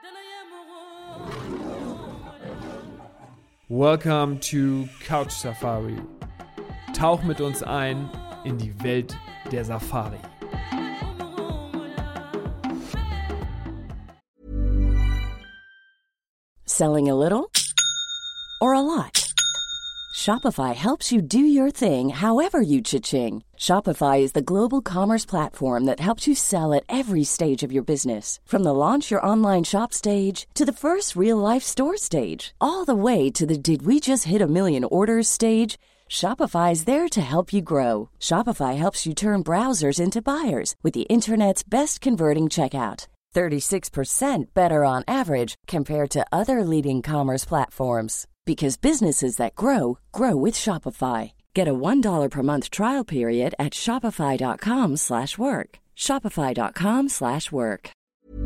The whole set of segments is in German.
Welcome to Couch Safari. Tauch mit uns ein in die Welt der Safari. Selling a little or a lot? Shopify helps you do your thing however you cha-ching. Shopify is the global commerce platform that helps you sell at every stage of your business. From the launch your online shop stage to the first real-life store stage, all the way to the did we just hit a million orders stage. Shopify is there to help you grow. Shopify helps you turn browsers into buyers with the internet's best converting checkout. 36% better on average compared to other leading commerce platforms. Because businesses that grow, grow with Shopify. Get a $1 per month trial period at shopify.com/work. Shopify.com/work.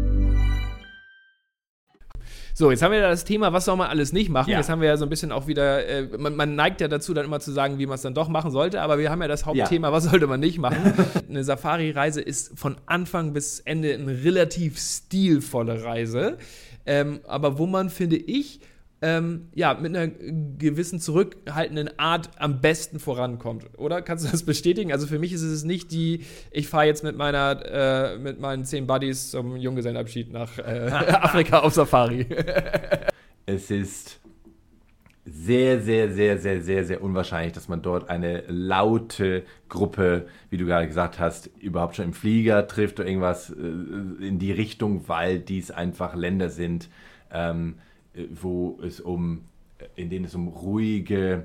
So, jetzt haben wir das Thema, was soll man alles nicht machen? Ja. Jetzt haben wir ja so ein bisschen auch wieder, man neigt ja dazu, dann immer zu sagen, wie man es dann doch machen sollte, aber wir haben ja das Hauptthema, was sollte man nicht machen? Eine Safari-Reise ist von Anfang bis Ende eine relativ stilvolle Reise, aber wo man, finde ich, mit einer gewissen zurückhaltenden Art am besten vorankommt, oder? Kannst du das bestätigen? Also für mich ist es nicht ich fahre jetzt mit meinen 10 Buddies zum Junggesellenabschied nach Afrika auf Safari. Es ist sehr, sehr, sehr, sehr, sehr, sehr unwahrscheinlich, dass man dort eine laute Gruppe, wie du gerade gesagt hast, überhaupt schon im Flieger trifft oder irgendwas in die Richtung, weil dies einfach Länder sind, in denen es um ruhige,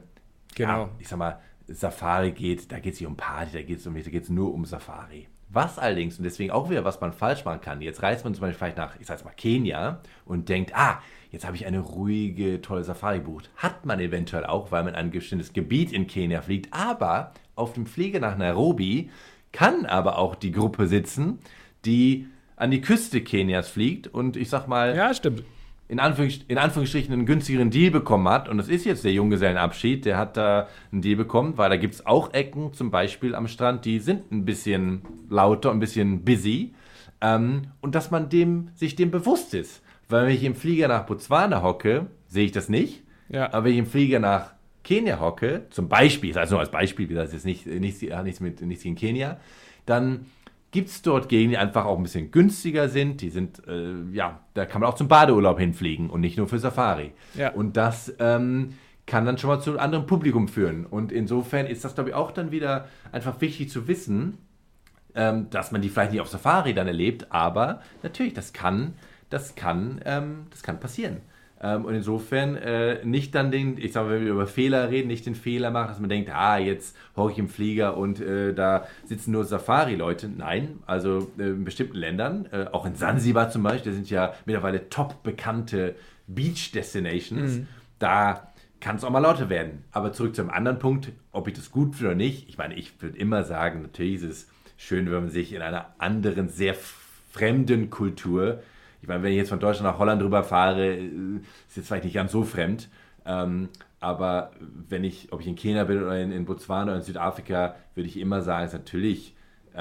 Safari geht. Da geht es nicht um Party, da geht es nur um Safari. Was allerdings, und deswegen auch wieder, was man falsch machen kann, jetzt reist man zum Beispiel vielleicht nach, ich sag's mal, Kenia und denkt, jetzt habe ich eine ruhige, tolle Safari gebucht. Hat man eventuell auch, weil man in ein bestimmtes Gebiet in Kenia fliegt, aber auf dem Flieger nach Nairobi kann aber auch die Gruppe sitzen, die an die Küste Kenias fliegt und ich sag mal, ja, stimmt, in Anführungsstrichen einen günstigeren Deal bekommen hat. Und das ist jetzt der Junggesellenabschied. Der hat da einen Deal bekommen, weil da gibt es auch Ecken, zum Beispiel am Strand, die sind ein bisschen lauter, ein bisschen busy. Und dass man sich dem bewusst ist. Weil wenn ich im Flieger nach Botswana hocke, sehe ich das nicht. Ja. Aber wenn ich im Flieger nach Kenia hocke, zum Beispiel, also nur als Beispiel, das ist nichts gegen Kenia, dann gibt es dort Gegenden, die einfach auch ein bisschen günstiger sind. Die sind, da kann man auch zum Badeurlaub hinfliegen und nicht nur für Safari. Ja. Und das kann dann schon mal zu einem anderen Publikum führen. Und insofern ist das, glaube ich, auch dann wieder einfach wichtig zu wissen, dass man die vielleicht nicht auf Safari dann erlebt, aber natürlich, das kann passieren. Und insofern nicht dann wenn wir über Fehler reden, nicht den Fehler machen, dass man denkt, jetzt hocke ich im Flieger und da sitzen nur Safari-Leute. Nein, also in bestimmten Ländern, auch in Sansibar zum Beispiel, da sind ja mittlerweile top bekannte Beach-Destinations, da kann es auch mal lauter werden. Aber zurück zu einem anderen Punkt, ob ich das gut finde oder nicht. Ich meine, ich würde immer sagen, natürlich ist es schön, wenn man sich in einer anderen, sehr fremden Kultur, ich meine, wenn ich jetzt von Deutschland nach Holland rüber fahre, ist jetzt vielleicht nicht ganz so fremd, aber ob ich in Kenia bin oder in Botswana oder in Südafrika, würde ich immer sagen, ist natürlich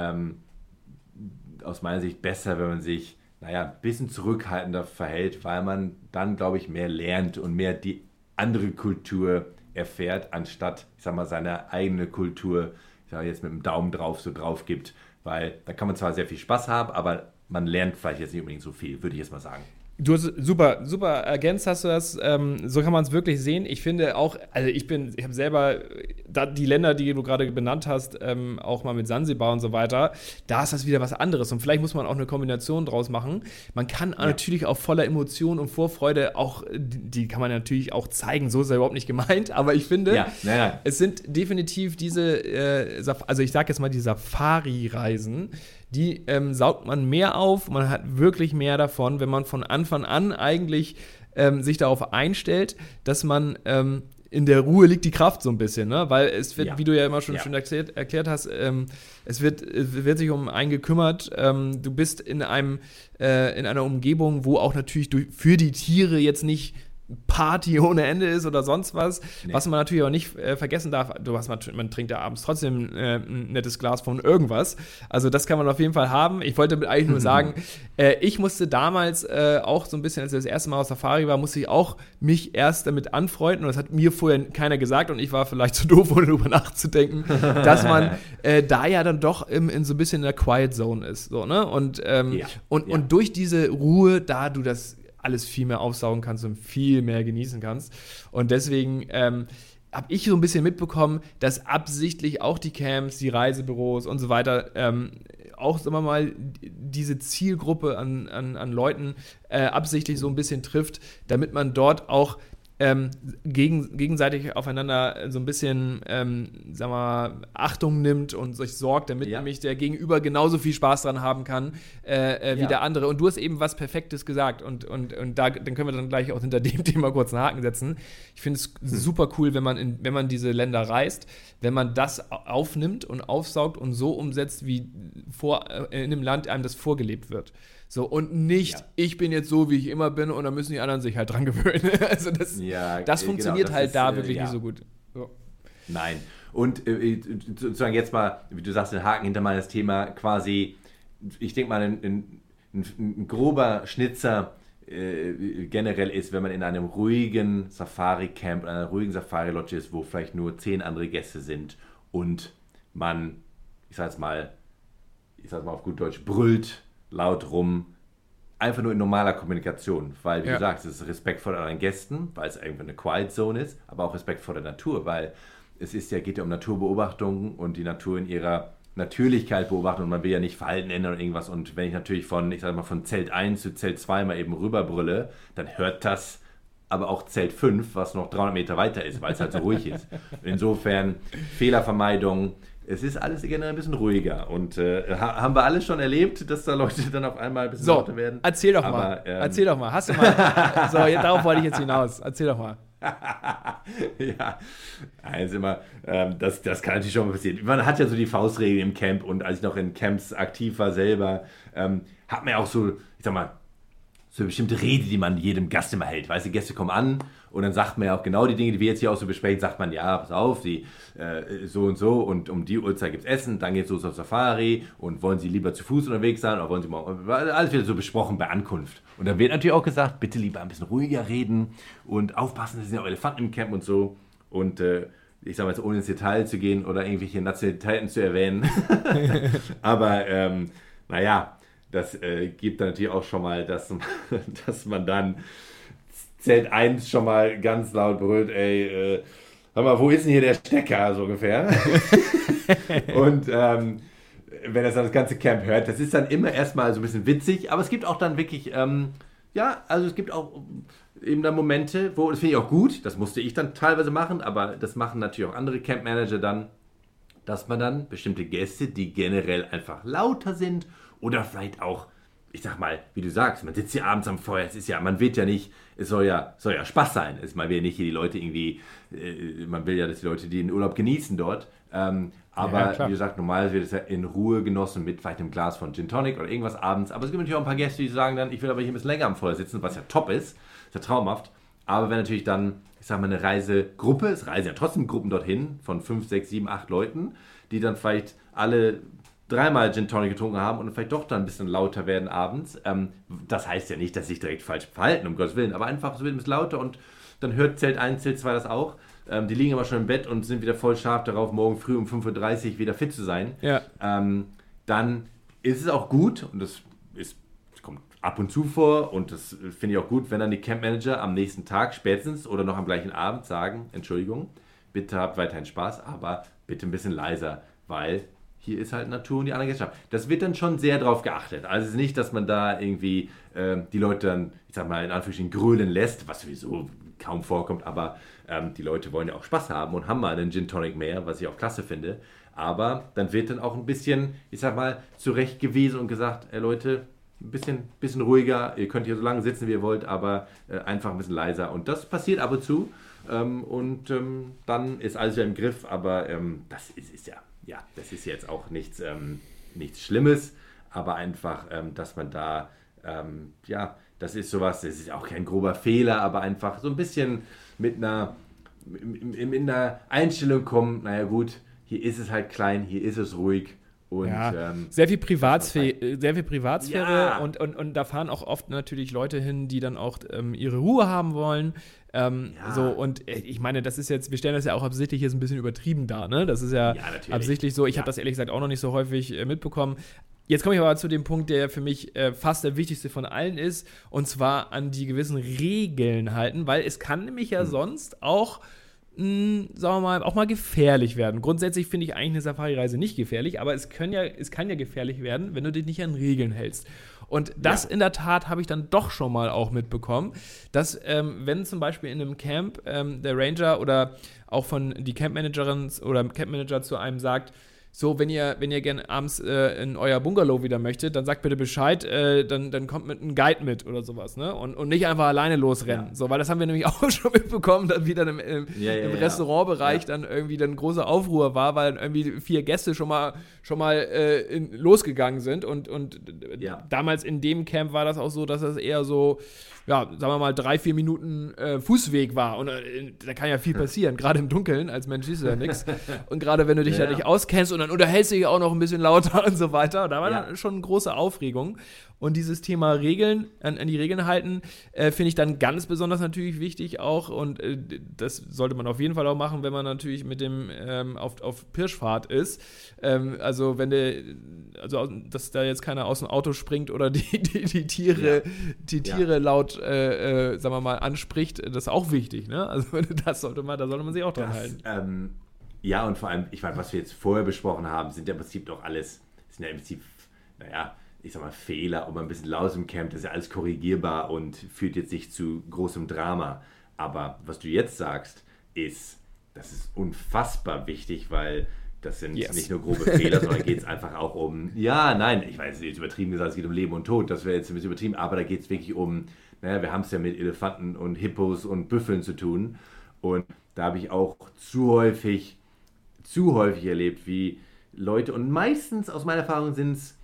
aus meiner Sicht besser, wenn man sich, ein bisschen zurückhaltender verhält, weil man dann, glaube ich, mehr lernt und mehr die andere Kultur erfährt, anstatt, seine eigene Kultur, jetzt mit dem Daumen drauf gibt, weil da kann man zwar sehr viel Spaß haben, aber man lernt vielleicht jetzt nicht unbedingt so viel, würde ich jetzt mal sagen. Du hast super, super ergänzt, hast du das. So kann man es wirklich sehen. Ich finde auch, ich habe selber die Länder, die du gerade benannt hast, auch mal mit Sansibar und so weiter, da ist das wieder was anderes. Und vielleicht muss man auch eine Kombination draus machen. Man kann natürlich auch voller Emotion und Vorfreude auch, die kann man natürlich auch zeigen, so ist ja überhaupt nicht gemeint, aber ich finde, es sind definitiv diese, ich sage jetzt mal die Safari-Reisen, die saugt man mehr auf, man hat wirklich mehr davon, wenn man von Anfang an eigentlich sich darauf einstellt, dass man in der Ruhe liegt die Kraft so ein bisschen, ne? Weil es wird, wie du ja immer schon schön erklärt hast, es wird sich um einen gekümmert, du bist in einer Umgebung, wo auch natürlich für die Tiere jetzt nicht Party ohne Ende ist oder sonst was. Nee. Was man natürlich auch nicht vergessen darf, man trinkt ja abends trotzdem ein nettes Glas von irgendwas. Also das kann man auf jeden Fall haben. Ich wollte eigentlich nur sagen, ich musste damals auch so ein bisschen, als ich das erste Mal auf Safari war, musste ich auch mich erst damit anfreunden. Und das hat mir vorher keiner gesagt und ich war vielleicht zu doof, ohne darüber nachzudenken, dass man da ja dann doch in so ein bisschen in der Quiet Zone ist. So, ne? Und durch diese Ruhe, da du das alles viel mehr aufsaugen kannst und viel mehr genießen kannst. Und deswegen habe ich so ein bisschen mitbekommen, dass absichtlich auch die Camps, die Reisebüros und so weiter auch, sagen wir mal, diese Zielgruppe an Leuten absichtlich so ein bisschen trifft, damit man dort auch gegenseitig aufeinander so ein bisschen, sagen wir mal, Achtung nimmt und sich sorgt, damit nämlich der Gegenüber genauso viel Spaß dran haben kann wie der andere. Und du hast eben was Perfektes gesagt und da, dann können wir dann gleich auch hinter dem Thema kurz einen Haken setzen. Ich finde es super cool, wenn man diese Länder reist, wenn man das aufnimmt und aufsaugt und so umsetzt, wie in einem Land einem das vorgelebt wird. So, und nicht, ich bin jetzt so, wie ich immer bin und dann müssen die anderen sich halt dran gewöhnen. Also das funktioniert genau, das ist, halt wirklich nicht so gut. So. Nein. Und sozusagen jetzt mal, wie du sagst, den Haken hinter mal das Thema quasi, ich denke mal, ein grober Schnitzer generell ist, wenn man in einem ruhigen Safari-Camp, in einer ruhigen Safari-Lodge ist, wo vielleicht nur 10 andere Gäste sind und man, ich sag's mal auf gut Deutsch, brüllt laut rum, einfach nur in normaler Kommunikation, weil, wie du sagst, es ist Respekt vor anderen Gästen, weil es irgendwie eine Quiet Zone ist, aber auch Respekt vor der Natur, weil es geht ja um Naturbeobachtung und die Natur in ihrer Natürlichkeit beobachten und man will ja nicht Verhalten ändern oder irgendwas und wenn ich natürlich von Zelt 1 zu Zelt 2 mal eben rüberbrülle, dann hört das aber auch Zelt 5, was noch 300 Meter weiter ist, weil es halt so ruhig ist. Insofern Fehlervermeidung, es ist alles generell ein bisschen ruhiger und haben wir alles schon erlebt, dass da Leute dann auf einmal ein bisschen lauter werden. Erzähl doch mal. Hast du mal. So, darauf wollte ich jetzt hinaus. Erzähl doch mal. Ja, also immer, das kann natürlich schon mal passieren. Man hat ja so die Faustregel im Camp und als ich noch in Camps aktiv war selber, hat man ja auch so, ich sag mal, so eine bestimmte Rede, die man jedem Gast immer hält. Weißt du, Gäste kommen an und dann sagt man ja auch genau die Dinge, die wir jetzt hier auch so besprechen, sagt man, ja, pass auf, Sie so und so und um die Uhrzeit gibt es Essen, dann geht es los auf Safari und wollen Sie lieber zu Fuß unterwegs sein oder wollen Sie mal, alles wieder so besprochen bei Ankunft. Und dann wird natürlich auch gesagt, bitte lieber ein bisschen ruhiger reden und aufpassen, es sind ja auch Elefanten im Camp und so. Und ich sage mal jetzt, ohne ins Detail zu gehen oder irgendwelche Nationalitäten zu erwähnen. Aber naja, das gibt dann natürlich auch schon mal, dass man dann Zelt 1 schon mal ganz laut brüllt, ey, sag mal, wo ist denn hier der Stecker, so ungefähr? Und wenn das dann das ganze Camp hört, das ist dann immer erstmal so ein bisschen witzig, aber es gibt auch dann wirklich, also es gibt auch eben dann Momente, wo, das finde ich auch gut, das musste ich dann teilweise machen, aber das machen natürlich auch andere Campmanager dann, dass man dann bestimmte Gäste, die generell einfach lauter sind oder vielleicht auch, ich sag mal, wie du sagst, man sitzt hier abends am Feuer, man wird ja nicht, es soll ja Spaß sein. Man will ja nicht hier die Leute irgendwie, man will ja, dass die Leute den Urlaub genießen dort. Aber wie gesagt, normalerweise wird es ja in Ruhe genossen mit vielleicht einem Glas von Gin Tonic oder irgendwas abends. Aber es gibt natürlich auch ein paar Gäste, die sagen dann, ich will aber hier ein bisschen länger am Feuer sitzen, was ja top ist ja traumhaft. Aber wenn natürlich dann, ich sag mal, eine Reisegruppe, es reisen ja trotzdem Gruppen dorthin von 5, 6, 7, 8 Leuten, die dann vielleicht alle 3-mal Gin Tonic getrunken haben und vielleicht doch dann ein bisschen lauter werden abends. Das heißt ja nicht, dass sie sich direkt falsch verhalten, um Gottes Willen, aber einfach so wird ein bisschen lauter und dann hört Zelt 1, Zelt 2 das auch. Die liegen aber schon im Bett und sind wieder voll scharf darauf, morgen früh um 5:30 Uhr wieder fit zu sein. Ja. Dann ist es auch gut und das kommt ab und zu vor und das finde ich auch gut, wenn dann die Campmanager am nächsten Tag spätestens oder noch am gleichen Abend sagen, Entschuldigung, bitte habt weiterhin Spaß, aber bitte ein bisschen leiser, weil hier ist halt Natur und die anderen Gäste. Das wird dann schon sehr drauf geachtet. Also es ist nicht, dass man da irgendwie die Leute dann, ich sag mal, in Anführungsstrichen grölen lässt, was sowieso kaum vorkommt, aber die Leute wollen ja auch Spaß haben und haben mal einen Gin Tonic mehr, was ich auch klasse finde. Aber dann wird dann auch ein bisschen, ich sag mal, zurechtgewiesen und gesagt, Leute, ein bisschen ruhiger, ihr könnt hier so lange sitzen, wie ihr wollt, aber einfach ein bisschen leiser. Und das passiert ab und zu dann ist alles wieder im Griff, aber das ist jetzt auch nichts Schlimmes, aber einfach, dass man da ja, das ist sowas, das ist auch kein grober Fehler, aber einfach so ein bisschen mit einer Einstellung kommen, naja gut, hier ist es halt klein, hier ist es ruhig. Und, sehr viel Privatsphäre Ja. und da fahren auch oft natürlich Leute hin, die dann auch ihre Ruhe haben wollen. So, und ich meine, das ist jetzt, wir stellen das ja auch absichtlich jetzt ein bisschen übertrieben dar, ne? Das ist ja natürlich. absichtlich so. Ich habe das ehrlich gesagt auch noch nicht so häufig mitbekommen. Jetzt komme ich aber zu dem Punkt, der für mich fast der wichtigste von allen ist, und zwar an die gewissen Regeln halten, weil es kann nämlich ja sonst auch sagen wir mal, auch mal gefährlich werden. Grundsätzlich finde ich eigentlich eine Safari-Reise nicht gefährlich, aber es kann ja gefährlich werden, wenn du dich nicht an Regeln hältst. Und das in der Tat habe ich dann doch schon mal auch mitbekommen, dass wenn zum Beispiel in einem Camp der Ranger oder auch von die Campmanagerin oder Campmanager zu einem sagt, so, wenn ihr gerne abends in euer Bungalow wieder möchtet, dann sagt bitte Bescheid, dann kommt mit einem Guide mit oder sowas, ne? Und nicht einfach alleine losrennen. Ja. So, weil das haben wir nämlich auch schon mitbekommen, dass wieder im Restaurantbereich dann irgendwie dann große Aufruhr war, weil dann irgendwie 4 Gäste schon mal losgegangen sind. Und damals in dem Camp war das auch so, dass das eher so, ja, sagen wir mal, 3-4 Minuten Fußweg war. Und da kann ja viel passieren, gerade im Dunkeln, als Mensch siehst du ja nichts. Und gerade wenn du dich da nicht auskennst und dann unterhältst du dich auch noch ein bisschen lauter und so weiter. Und da war dann schon große Aufregung. Und dieses Thema Regeln, an die Regeln halten, finde ich dann ganz besonders natürlich wichtig auch. Und das sollte man auf jeden Fall auch machen, wenn man natürlich mit dem auf Pirschfahrt ist. Also dass da jetzt keiner aus dem Auto springt oder die Tiere laut, sagen wir mal, anspricht, das ist auch wichtig. Ne? Also da sollte man sich auch dran halten. Ja, und vor allem, ich meine, was wir jetzt vorher besprochen haben, sind ja im Prinzip ich sag mal, Fehler und ein bisschen Laus im Camp, das ist ja alles korrigierbar und führt jetzt nicht zu großem Drama. Aber was du jetzt sagst, das ist unfassbar wichtig, weil das sind nicht nur grobe Fehler, sondern geht es einfach auch ich weiß, jetzt übertrieben gesagt, es geht um Leben und Tod, das wäre jetzt ein bisschen übertrieben, aber da geht es wirklich wir haben es ja mit Elefanten und Hippos und Büffeln zu tun und da habe ich auch zu häufig erlebt, wie Leute, und meistens aus meiner Erfahrung sind es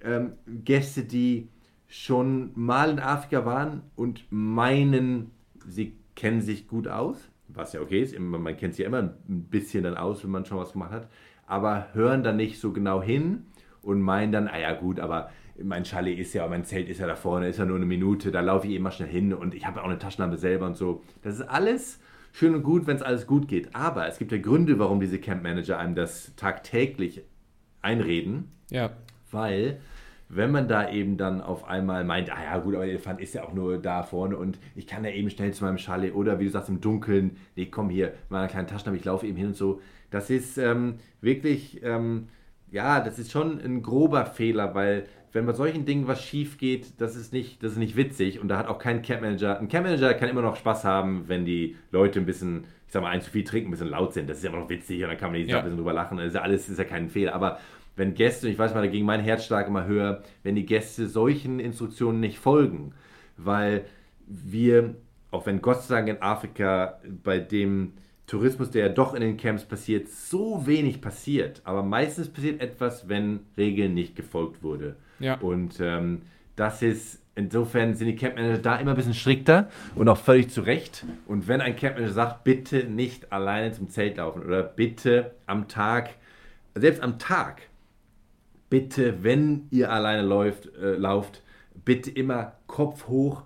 Gäste, die schon mal in Afrika waren und meinen, sie kennen sich gut aus, was ja okay ist, man kennt sich ja immer ein bisschen dann aus, wenn man schon was gemacht hat, aber hören dann nicht so genau hin und meinen dann, gut, aber mein Chalet mein Zelt ist ja da vorne, ist ja nur eine Minute, da laufe ich eben mal schnell hin und ich habe ja auch eine Taschenlampe selber und so. Das ist alles schön und gut, wenn es alles gut geht, aber es gibt ja Gründe, warum diese Campmanager einem das tagtäglich einreden, weil wenn man da eben dann auf einmal meint, gut, aber der Elefant ist ja auch nur da vorne und ich kann ja eben schnell zu meinem Chalet oder wie du sagst im Dunkeln, nee, komm hier, mal eine kleine Taschenlampe, ich laufe eben hin und so. Das ist wirklich, das ist schon ein grober Fehler, weil wenn bei solchen Dingen was schief geht, das ist nicht witzig und da hat auch kein Campmanager, ein Campmanager kann immer noch Spaß haben, wenn die Leute ein bisschen, ich sag mal, ein zu viel trinken, ein bisschen laut sind, das ist immer noch witzig und dann kann man ein bisschen drüber lachen, das ist ja kein Fehler, aber wenn Gäste, ich weiß mal, dagegen mein Herzschlag immer höher, wenn die Gäste solchen Instruktionen nicht folgen, weil wir, auch wenn Gott sei Dank in Afrika bei dem Tourismus, der ja doch in den Camps passiert, so wenig passiert, aber meistens passiert etwas, wenn Regeln nicht gefolgt wurde. Ja. Und das ist, insofern sind die Campmanager da immer ein bisschen strikter und auch völlig zu Recht. Und wenn ein Campmanager sagt, bitte nicht alleine zum Zelt laufen oder bitte selbst am Tag, bitte, wenn ihr alleine lauft, bitte immer Kopf hoch,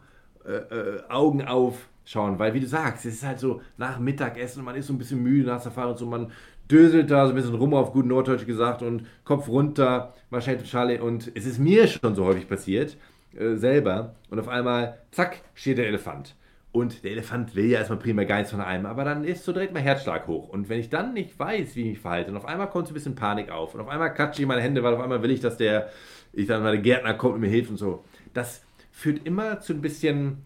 Augen auf schauen, weil wie du sagst, es ist halt so nach Mittagessen und man ist so ein bisschen müde nach der Fahrt und so, man döselt da so ein bisschen rum, auf gut Norddeutsch gesagt, und Kopf runter, man schnell zum Chalet und es ist mir schon so häufig passiert, selber, und auf einmal, zack, steht der Elefant. Und der Elefant will ja erstmal prima gar nichts von einem, aber dann ist so direkt mein Herzschlag hoch. Und wenn ich dann nicht weiß, wie ich mich verhalte, und auf einmal kommt so ein bisschen Panik auf, und auf einmal klatsche ich meine Hände, weil auf einmal will ich, dass der Gärtner kommt und mir hilft und so. Das führt immer zu ein bisschen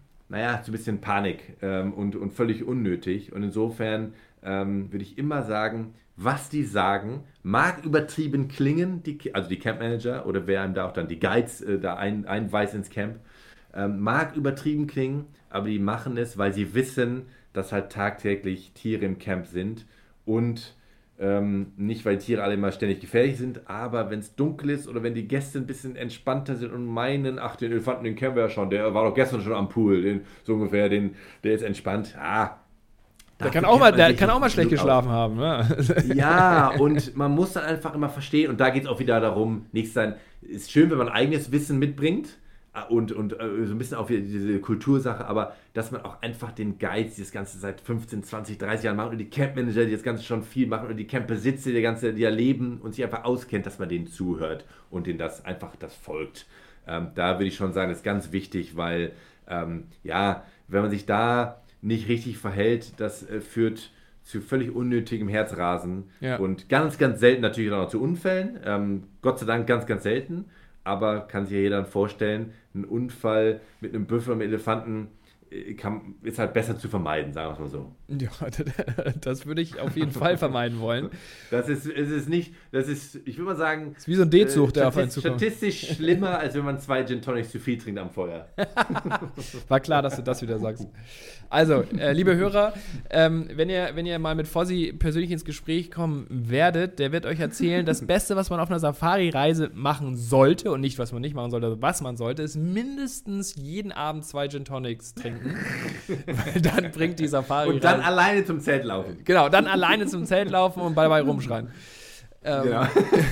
Panik und völlig unnötig. Und insofern würde ich immer sagen, was die sagen, mag übertrieben klingen, also die Campmanager oder wer einem da auch dann die Guides da einweist ins Camp, mag übertrieben klingen, aber die machen es, weil sie wissen, dass halt tagtäglich Tiere im Camp sind und Nicht, weil Tiere alle immer ständig gefährlich sind, aber wenn es dunkel ist oder wenn die Gäste ein bisschen entspannter sind und meinen, ach, den Elefanten, den kennen wir ja schon, der war doch gestern schon am Pool, so ungefähr, der ist entspannt. Der kann auch mal schlecht geschlafen haben. Ja, und man muss dann einfach immer verstehen, und da geht es auch wieder darum, ist schön, wenn man eigenes Wissen mitbringt, und so ein bisschen auch wieder diese Kultursache, aber dass man auch einfach den Guides, die das Ganze seit 15, 20, 30 Jahren machen, und die Campmanager, die das Ganze schon viel machen, und die Campbesitzer, die ja leben und sich einfach auskennt, dass man denen zuhört und denen das folgt. Da würde ich schon sagen, das ist ganz wichtig, weil, wenn man sich da nicht richtig verhält, das führt zu völlig unnötigem Herzrasen und ganz, ganz selten natürlich auch noch zu Unfällen. Gott sei Dank ganz, ganz selten. Aber kann sich ja jeder vorstellen, ein Unfall mit einem Büffel und einem Elefanten ist halt besser zu vermeiden, sagen wir es mal so. Ja, das würde ich auf jeden Fall vermeiden wollen. Ich würde mal sagen, das ist wie so ein D-Zug, der auf einen zukommt. Statistisch schlimmer, als wenn man 2 Gin Tonics zu viel trinkt am Feuer. War klar, dass du das wieder sagst. Also, liebe Hörer, wenn ihr mal mit Fossi persönlich ins Gespräch kommen werdet, der wird euch erzählen, das Beste, was man auf einer Safari-Reise machen sollte, und nicht, was man nicht machen sollte, was man sollte, ist mindestens jeden Abend 2 Gin Tonics trinken. Weil dann bringt die Safari und dann alleine zum Zelt laufen. Genau, dann alleine zum Zelt laufen und dabei rumschreien. Genau.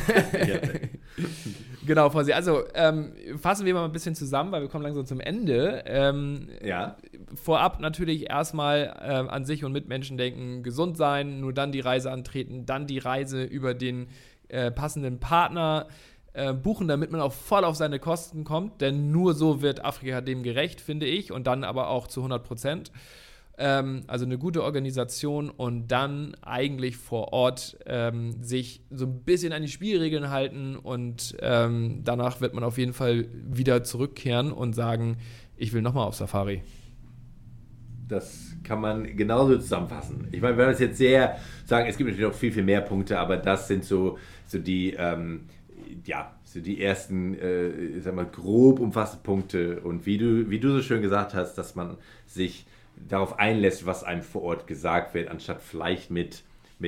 Genau, Fossi. Also, fassen wir mal ein bisschen zusammen, weil wir kommen langsam zum Ende. Vorab natürlich erstmal an sich und Mitmenschen denken, gesund sein, nur dann die Reise antreten, dann die Reise über den passenden Partner buchen, damit man auch voll auf seine Kosten kommt, denn nur so wird Afrika dem gerecht, finde ich, und dann aber auch zu 100%. Also eine gute Organisation und dann eigentlich vor Ort sich so ein bisschen an die Spielregeln halten und danach wird man auf jeden Fall wieder zurückkehren und sagen, ich will nochmal auf Safari. Das kann man genauso zusammenfassen. Ich meine, wenn wir das jetzt sehr sagen, es gibt natürlich noch viel, viel mehr Punkte, aber das sind so die die ersten, grob umfassenden Punkte. Und wie du so schön gesagt hast, dass man sich darauf einlässt, was einem vor Ort gesagt wird, anstatt vielleicht mit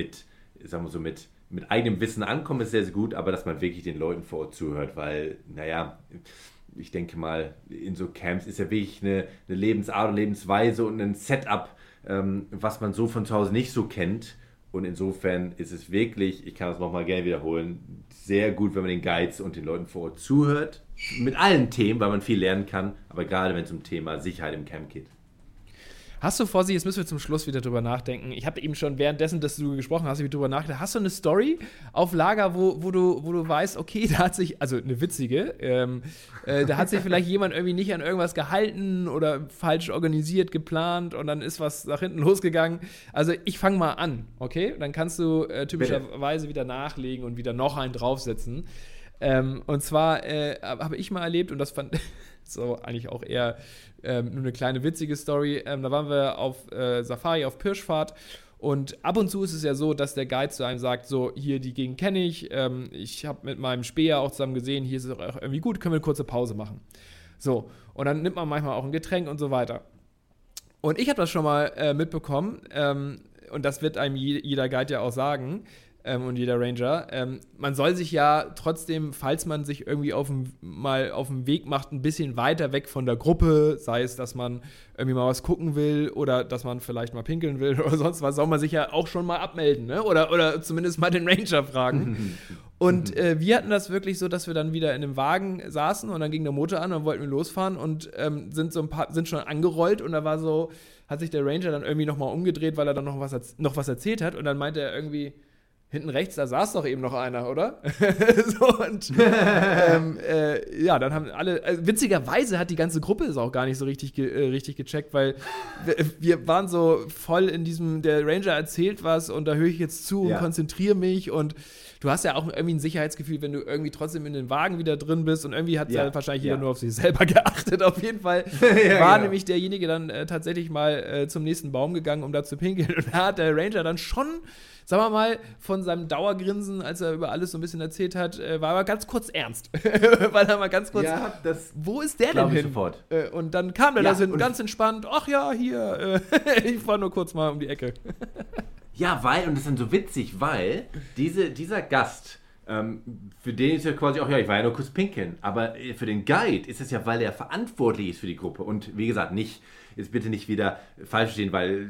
eigenem Wissen ankommen, ist sehr, sehr gut, aber dass man wirklich den Leuten vor Ort zuhört, weil, ich denke mal, in so Camps ist ja wirklich eine Lebensart und Lebensweise und ein Setup, was man so von zu Hause nicht so kennt. Und insofern ist es wirklich, ich kann das nochmal gerne wiederholen, sehr gut, wenn man den Guides und den Leuten vor Ort zuhört. Mit allen Themen, weil man viel lernen kann, aber gerade wenn es um Thema Sicherheit im Camp geht. Hast du, Fossi, jetzt müssen wir zum Schluss wieder drüber nachdenken. Ich habe eben schon währenddessen, dass du gesprochen hast, drüber nachgedacht. Hast du eine Story auf Lager, wo du weißt, okay, da hat sich, also eine witzige, da hat sich vielleicht jemand irgendwie nicht an irgendwas gehalten oder falsch organisiert, geplant und dann ist was nach hinten losgegangen. Also ich fange mal an, okay? Dann kannst du typischerweise wieder nachlegen und wieder noch einen draufsetzen. Und zwar habe ich mal erlebt, und das fand so eigentlich auch eher nur eine kleine witzige Story. Da waren wir auf Safari, auf Pirschfahrt. Und ab und zu ist es ja so, dass der Guide zu einem sagt, so, hier, die Gegend kenne ich. Ich habe mit meinem Späher auch zusammen gesehen, hier ist es auch irgendwie gut, können wir eine kurze Pause machen. So, und dann nimmt man manchmal auch ein Getränk und so weiter. Und ich habe das schon mal mitbekommen, und das wird einem jeder Guide ja auch sagen, und jeder Ranger. Man soll sich ja trotzdem, falls man sich irgendwie mal auf den Weg macht, ein bisschen weiter weg von der Gruppe, sei es, dass man irgendwie mal was gucken will oder dass man vielleicht mal pinkeln will oder sonst was, soll man sich ja auch schon mal abmelden, ne? Oder zumindest mal den Ranger fragen. Und wir hatten das wirklich so, dass wir dann wieder in einem Wagen saßen und dann ging der Motor an und wollten wir losfahren und sind schon angerollt und da war so, hat sich der Ranger dann irgendwie nochmal umgedreht, weil er dann noch was erzählt hat und dann meinte er irgendwie, hinten rechts, da saß doch eben noch einer, oder? So, und dann haben alle, witzigerweise hat die ganze Gruppe es auch gar nicht so richtig gecheckt, weil wir waren so voll in diesem, der Ranger erzählt was und da höre ich jetzt zu und konzentriere mich und du hast ja auch irgendwie ein Sicherheitsgefühl, wenn du irgendwie trotzdem in den Wagen wieder drin bist und irgendwie hat wahrscheinlich jeder nur auf sich selber geachtet. Auf jeden Fall war nämlich derjenige dann tatsächlich mal zum nächsten Baum gegangen, um da zu pinkeln und da hat der Ranger dann schon, sagen wir mal, von seinem Dauergrinsen, als er über alles so ein bisschen erzählt hat, war er ganz kurz ernst. Weil er mal ganz kurz, wo ist der denn hin? Sofort. Und dann kam der da hin, ganz entspannt, ach ja, hier, ich war nur kurz mal um die Ecke. Ja, und das ist dann so witzig, weil dieser Gast, für den ist ja quasi auch, ja, ich war ja nur kurz pinkeln, aber für den Guide ist es ja, weil er verantwortlich ist für die Gruppe und wie gesagt, jetzt bitte nicht wieder falsch verstehen, weil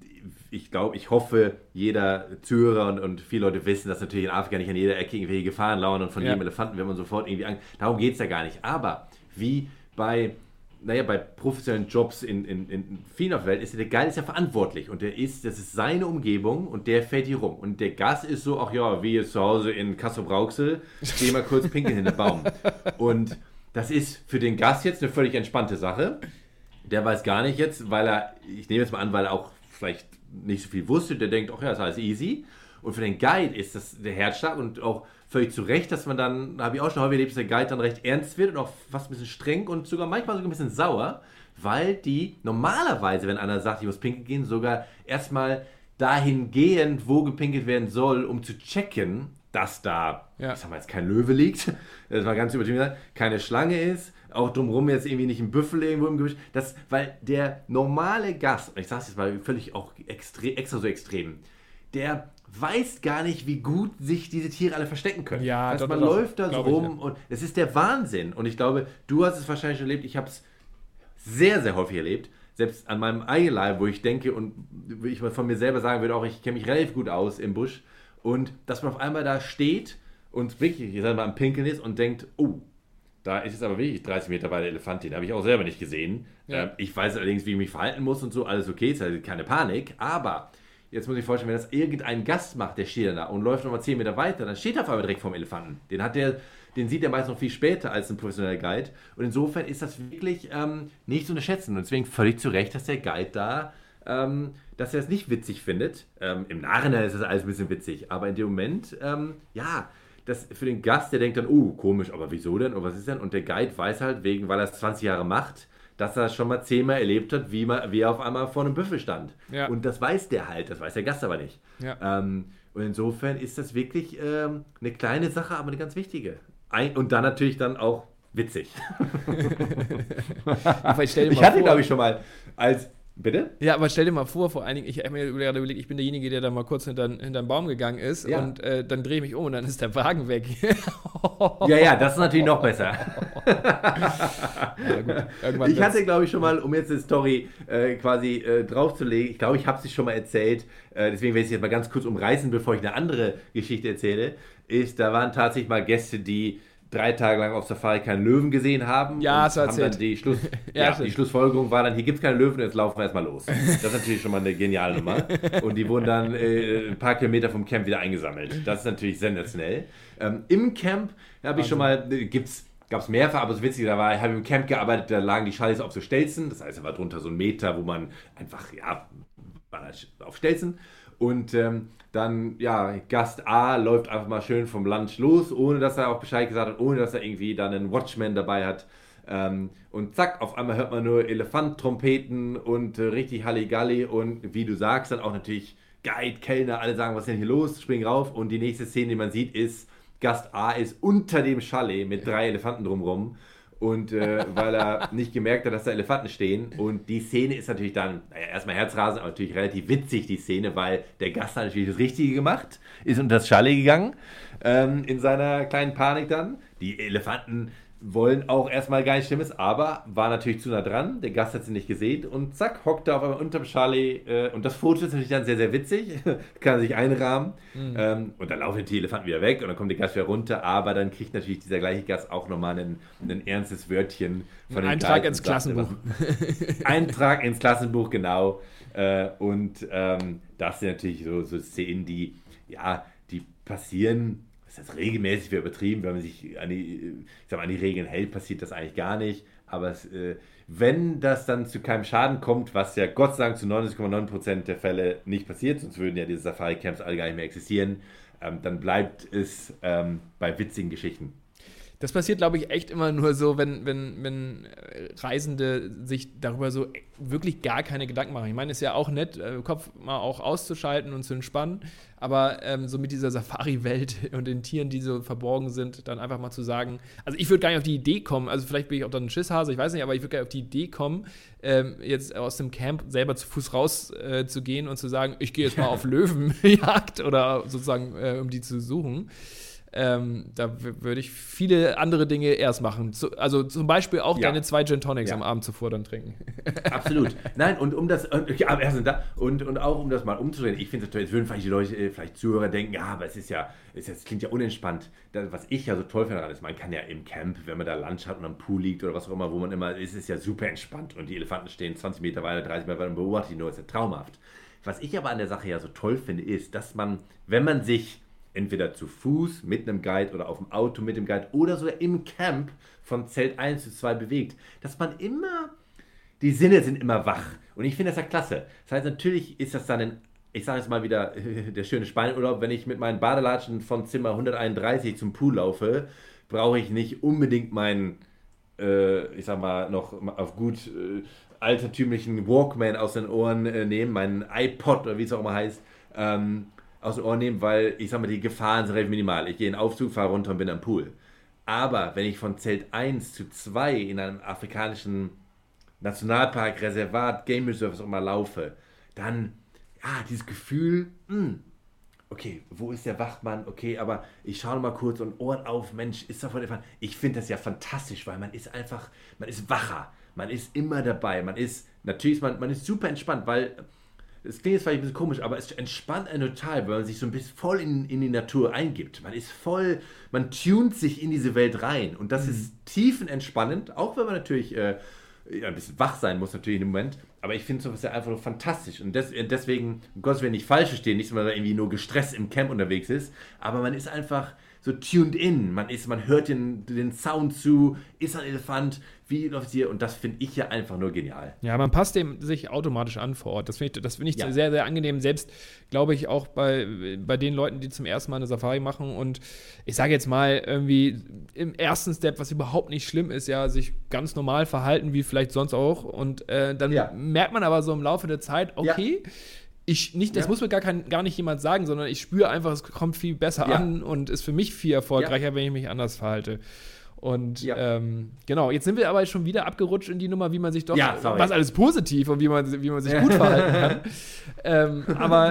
ich hoffe, jeder Zuhörer und viele Leute wissen, dass natürlich in Afrika nicht an jeder Ecke irgendwelche Gefahren lauern und von jedem Elefanten wird man sofort irgendwie darum geht es ja gar nicht, aber wie bei professionellen Jobs in vielen auf der Welt der Guide ist ja verantwortlich und das ist seine Umgebung und der fährt hier rum. Und der Gast ist so, ach ja, wie jetzt zu Hause in Kassel-Brauxel, geh mal kurz pinkeln hinter den Baum. Und das ist für den Gast jetzt eine völlig entspannte Sache. Der weiß gar nicht jetzt, ich nehme jetzt mal an, weil er auch vielleicht nicht so viel wusste, der denkt, ach ja, ist alles easy. Und für den Guide ist das der Herzschlag und auch völlig zu Recht, dass man dann, habe ich auch schon häufig erlebt, dass der Guide dann recht ernst wird und auch fast ein bisschen streng und manchmal sogar ein bisschen sauer, weil die normalerweise, wenn einer sagt, ich muss pinkeln gehen, sogar erstmal dahin gehen, wo gepinkelt werden soll, um zu checken, dass da, ich sag mal jetzt kein Löwe liegt, das war ganz übertrieben gesagt, keine Schlange ist, auch drumherum jetzt irgendwie nicht ein Büffel irgendwo im Gebüsch, weil der normale Gast, und ich sag's jetzt mal völlig auch extra so extrem, der weiß gar nicht, wie gut sich diese Tiere alle verstecken können. Ja, also man läuft da so rum und es ist der Wahnsinn. Und ich glaube, du hast es wahrscheinlich schon erlebt, ich habe es sehr, sehr häufig erlebt, selbst an meinem eigenen Leib, wo ich denke und ich von mir selber sagen würde, auch ich kenne mich relativ gut aus im Busch und dass man auf einmal da steht und wirklich, ich sag mal, am Pinkeln ist und denkt, oh, da ist jetzt aber wirklich 30 Meter bei der Elefant, den habe ich auch selber nicht gesehen. Ja. Ich weiß allerdings, wie ich mich verhalten muss und so, alles okay, ist halt keine Panik, aber jetzt muss ich vorstellen, wenn das irgendein Gast macht, der steht dann da und läuft nochmal 10 Meter weiter, dann steht er auf einmal direkt vorm Elefanten. Den sieht er meist noch viel später als ein professioneller Guide. Und insofern ist das wirklich nicht zu unterschätzen. Und deswegen völlig zu Recht, dass der Guide da, dass er es nicht witzig findet. Im Nachhinein ist das alles ein bisschen witzig. Aber in dem Moment, das für den Gast, der denkt dann, komisch, aber wieso denn? Und was ist denn? Und der Guide weiß halt, weil er es 20 Jahre macht, dass er schon mal 10-mal erlebt hat, wie er auf einmal vor einem Büffel stand. Ja. Und das weiß der halt, das weiß der Gast aber nicht. Ja. Und insofern ist das wirklich eine kleine Sache, aber eine ganz wichtige. Und dann natürlich dann auch witzig. Ich hatte, glaube ich, schon mal als... Bitte? Ja, aber stell dir mal vor allen Dingen, ich habe mir gerade überlegt, ich bin derjenige, der da mal kurz hinter den Baum gegangen ist und dann drehe ich mich um und dann ist der Wagen weg. Ja, das ist natürlich noch besser. Ja, gut. Ich hatte, glaube ich, schon mal, um jetzt eine Story quasi draufzulegen, ich glaube, ich habe es schon mal erzählt, deswegen werde ich es jetzt mal ganz kurz umreißen, bevor ich eine andere Geschichte erzähle, da waren tatsächlich mal Gäste, die 3 Tage lang auf Safari keinen Löwen gesehen haben. Ja, und haben dann die Schlussfolgerung war dann, hier gibt es keine Löwen, jetzt laufen wir erstmal los. Das ist natürlich schon mal eine geniale Nummer. Und die wurden dann ein paar Kilometer vom Camp wieder eingesammelt. Das ist natürlich sensationell. Im Camp habe ich schon mal, gab es mehrfach, aber so witzig, habe ich im Camp gearbeitet, da lagen die Chalets auf so Stelzen. Das heißt, da war drunter so ein Meter, wo man einfach, war auf Stelzen. Und dann, Gast A läuft einfach mal schön vom Lunch los, ohne dass er auch Bescheid gesagt hat, ohne dass er irgendwie dann einen Watchman dabei hat. Und zack, auf einmal hört man nur Elefant-Trompeten und richtig Halligalli und wie du sagst, dann auch natürlich Guide, Kellner, alle sagen, was ist denn hier los, springen rauf und die nächste Szene, die man sieht, ist, Gast A ist unter dem Chalet mit 3 Elefanten drumherum. Und weil er nicht gemerkt hat, dass da Elefanten stehen. Und die Szene ist natürlich dann, erstmal herzrasend, aber natürlich relativ witzig, die Szene, weil der Gast hat natürlich das Richtige gemacht, ist unter das Chalet gegangen, in seiner kleinen Panik dann. Die Elefanten wollen auch erstmal gar nichts Schlimmes, aber war natürlich zu nah dran. Der Gast hat sie nicht gesehen und zack, hockt er auf einmal unterm Chalet. Und das Foto ist natürlich dann sehr, sehr witzig. Kann er sich einrahmen. Und dann laufen die Elefanten wieder weg und dann kommt der Gast wieder runter. Aber dann kriegt natürlich dieser gleiche Gast auch nochmal ein ernstes Wörtchen von dem Eintrag ins Klassenbuch. Eintrag ins Klassenbuch, genau. Und das sind natürlich so Szenen, die passieren. Das ist regelmäßig übertrieben, wenn man sich an die Regeln hält, passiert das eigentlich gar nicht. Aber wenn das dann zu keinem Schaden kommt, was ja Gott sei Dank zu 99,9% der Fälle nicht passiert, sonst würden ja diese Safari-Camps alle gar nicht mehr existieren, dann bleibt es bei witzigen Geschichten. Das passiert, glaube ich, echt immer nur so, wenn Reisende sich darüber so wirklich gar keine Gedanken machen. Ich meine, es ist ja auch nett, Kopf mal auch auszuschalten und zu entspannen, aber so mit dieser Safari-Welt und den Tieren, die so verborgen sind, dann einfach mal zu sagen, also ich würde gar nicht auf die Idee kommen, also vielleicht bin ich auch dann ein Schisshase, ich weiß nicht, aber ich würde gar nicht auf die Idee kommen, jetzt aus dem Camp selber zu Fuß raus zu gehen und zu sagen, ich gehe jetzt mal auf Löwenjagd oder sozusagen, um die zu suchen. Da würde ich viele andere Dinge erst machen. Also zum Beispiel auch deine 2 Gin Tonics am Abend zuvor dann trinken. Absolut. Nein, und um das, und auch um das mal umzudrehen, ich finde es toll, jetzt würden vielleicht die Leute, vielleicht Zuhörer denken, ja, aber es klingt ja unentspannt. Was ich ja so toll finde daran ist, man kann ja im Camp, wenn man da Lunch hat und am Pool liegt oder was auch immer, wo man immer ist, ist ja super entspannt und die Elefanten stehen 20 Meter weiter, 30 Meter weiter und beobachten die nur, ist ja traumhaft. Was ich aber an der Sache ja so toll finde, ist, dass man, wenn man sich entweder zu Fuß mit einem Guide oder auf dem Auto mit dem Guide oder sogar im Camp von Zelt 1 zu 2 bewegt, dass man immer, die Sinne sind immer wach. Und ich finde das ja klasse. Das heißt, natürlich ist das dann ich sage jetzt mal wieder, der schöne Spanienurlaub, wenn ich mit meinen Badelatschen von Zimmer 131 zum Pool laufe, brauche ich nicht unbedingt meinen, ich sag mal, noch auf gut altertümlichen Walkman aus den Ohren nehmen, meinen iPod oder wie es auch immer heißt, aus den Ohren nehmen, weil, ich sag mal, die Gefahren sind relativ minimal. Ich gehe in den Aufzug, fahre runter und bin am Pool. Aber wenn ich von Zelt 1 zu 2 in einem afrikanischen Nationalpark, Reservat, Game Reserve, was auch immer laufe, dann, dieses Gefühl, okay, wo ist der Wachmann? Okay, aber ich schaue mal kurz und Ohren auf, Mensch, ist da von der Fahne. Ich finde das ja fantastisch, weil man ist einfach, man ist wacher, man ist immer dabei, man ist super entspannt, weil es klingt jetzt vielleicht ein bisschen komisch, aber es entspannt einen total, weil man sich so ein bisschen voll in die Natur eingibt. Man tunt sich in diese Welt rein und das ist tiefenentspannend, auch wenn man natürlich ein bisschen wach sein muss natürlich im Moment, aber ich finde sowas ja einfach nur fantastisch und deswegen, um Gottes Willen nicht falsch verstehen, nicht, dass man da irgendwie nur gestresst im Camp unterwegs ist, aber man ist einfach so tuned in, man hört den Sound zu, ist ein Elefant, wie läuft es hier und das finde ich ja einfach nur genial. Ja, man passt dem sich automatisch an vor Ort, das finde ich sehr, sehr angenehm, selbst glaube ich auch bei den Leuten, die zum ersten Mal eine Safari machen und ich sage jetzt mal irgendwie im ersten Step, was überhaupt nicht schlimm ist, ja, sich ganz normal verhalten, wie vielleicht sonst auch und dann merkt man aber so im Laufe der Zeit, okay, das muss mir gar nicht jemand sagen, sondern ich spüre einfach, es kommt viel besser an und ist für mich viel erfolgreicher, wenn ich mich anders verhalte. Und genau, jetzt sind wir aber schon wieder abgerutscht in die Nummer, wie man sich doch, was alles positiv und wie man sich gut verhalten kann. Aber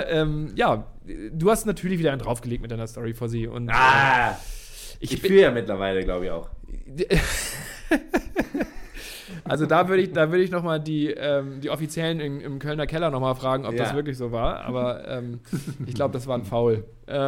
du hast natürlich wieder einen draufgelegt mit deiner Story for Sie. Und, ich fühle ja mittlerweile, glaube ich auch. Also da würde ich nochmal die Offiziellen im Kölner Keller nochmal fragen, ob das wirklich so war. Aber ich glaube, das war ein Foul.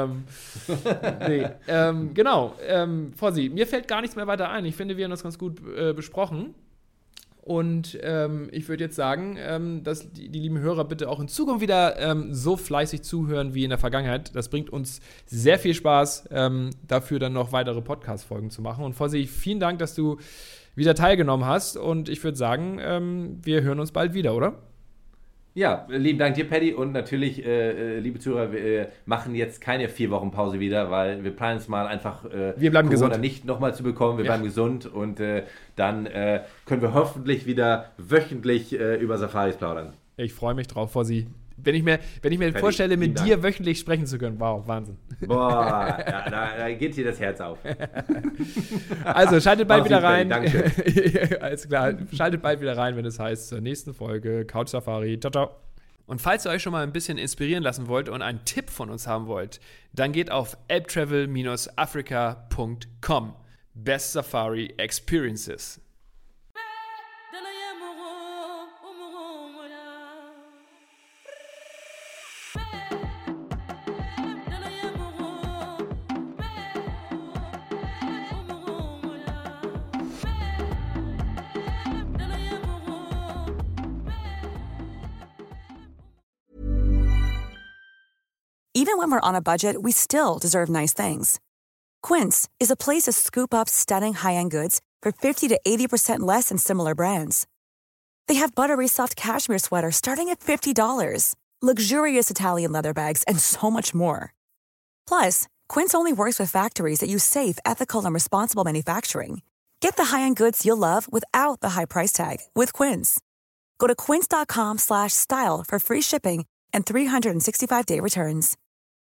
Genau. Vorsi, mir fällt gar nichts mehr weiter ein. Ich finde, wir haben das ganz gut besprochen. Und ich würde jetzt sagen, dass die lieben Hörer bitte auch in Zukunft wieder so fleißig zuhören wie in der Vergangenheit. Das bringt uns sehr viel Spaß, dafür dann noch weitere Podcast-Folgen zu machen. Und Vorsi, vielen Dank, dass du wieder teilgenommen hast und ich würde sagen, wir hören uns bald wieder, oder? Ja, lieben Dank dir, Paddy, und natürlich, liebe Zuhörer, wir machen jetzt keine 4 Wochen Pause wieder, weil wir planen es mal einfach, wir bleiben Corona gesund. Nicht nochmal zu bekommen, wir bleiben gesund und dann können wir hoffentlich wieder wöchentlich über Safaris plaudern. Ich freue mich drauf, Vorsi. Wenn ich mir vorstelle, mit dir wöchentlich sprechen zu können, wow, Wahnsinn. Boah, da geht dir das Herz auf. Also, schaltet bald wieder rein. Danke. Alles klar, schaltet bald wieder rein, wenn es heißt, zur nächsten Folge Couch Safari. Ciao, ciao. Und falls ihr euch schon mal ein bisschen inspirieren lassen wollt und einen Tipp von uns haben wollt, dann geht auf elbtravel-africa.com. Best Safari Experiences. Even when we're on a budget, we still deserve nice things. Quince is a place to scoop up stunning high-end goods for 50 to 80% less than similar brands. They have buttery soft cashmere sweaters starting at $50, luxurious Italian leather bags, and so much more. Plus, Quince only works with factories that use safe, ethical, and responsible manufacturing. Get the high-end goods you'll love without the high price tag with Quince. Go to quince.com/style for free shipping and 365-day returns.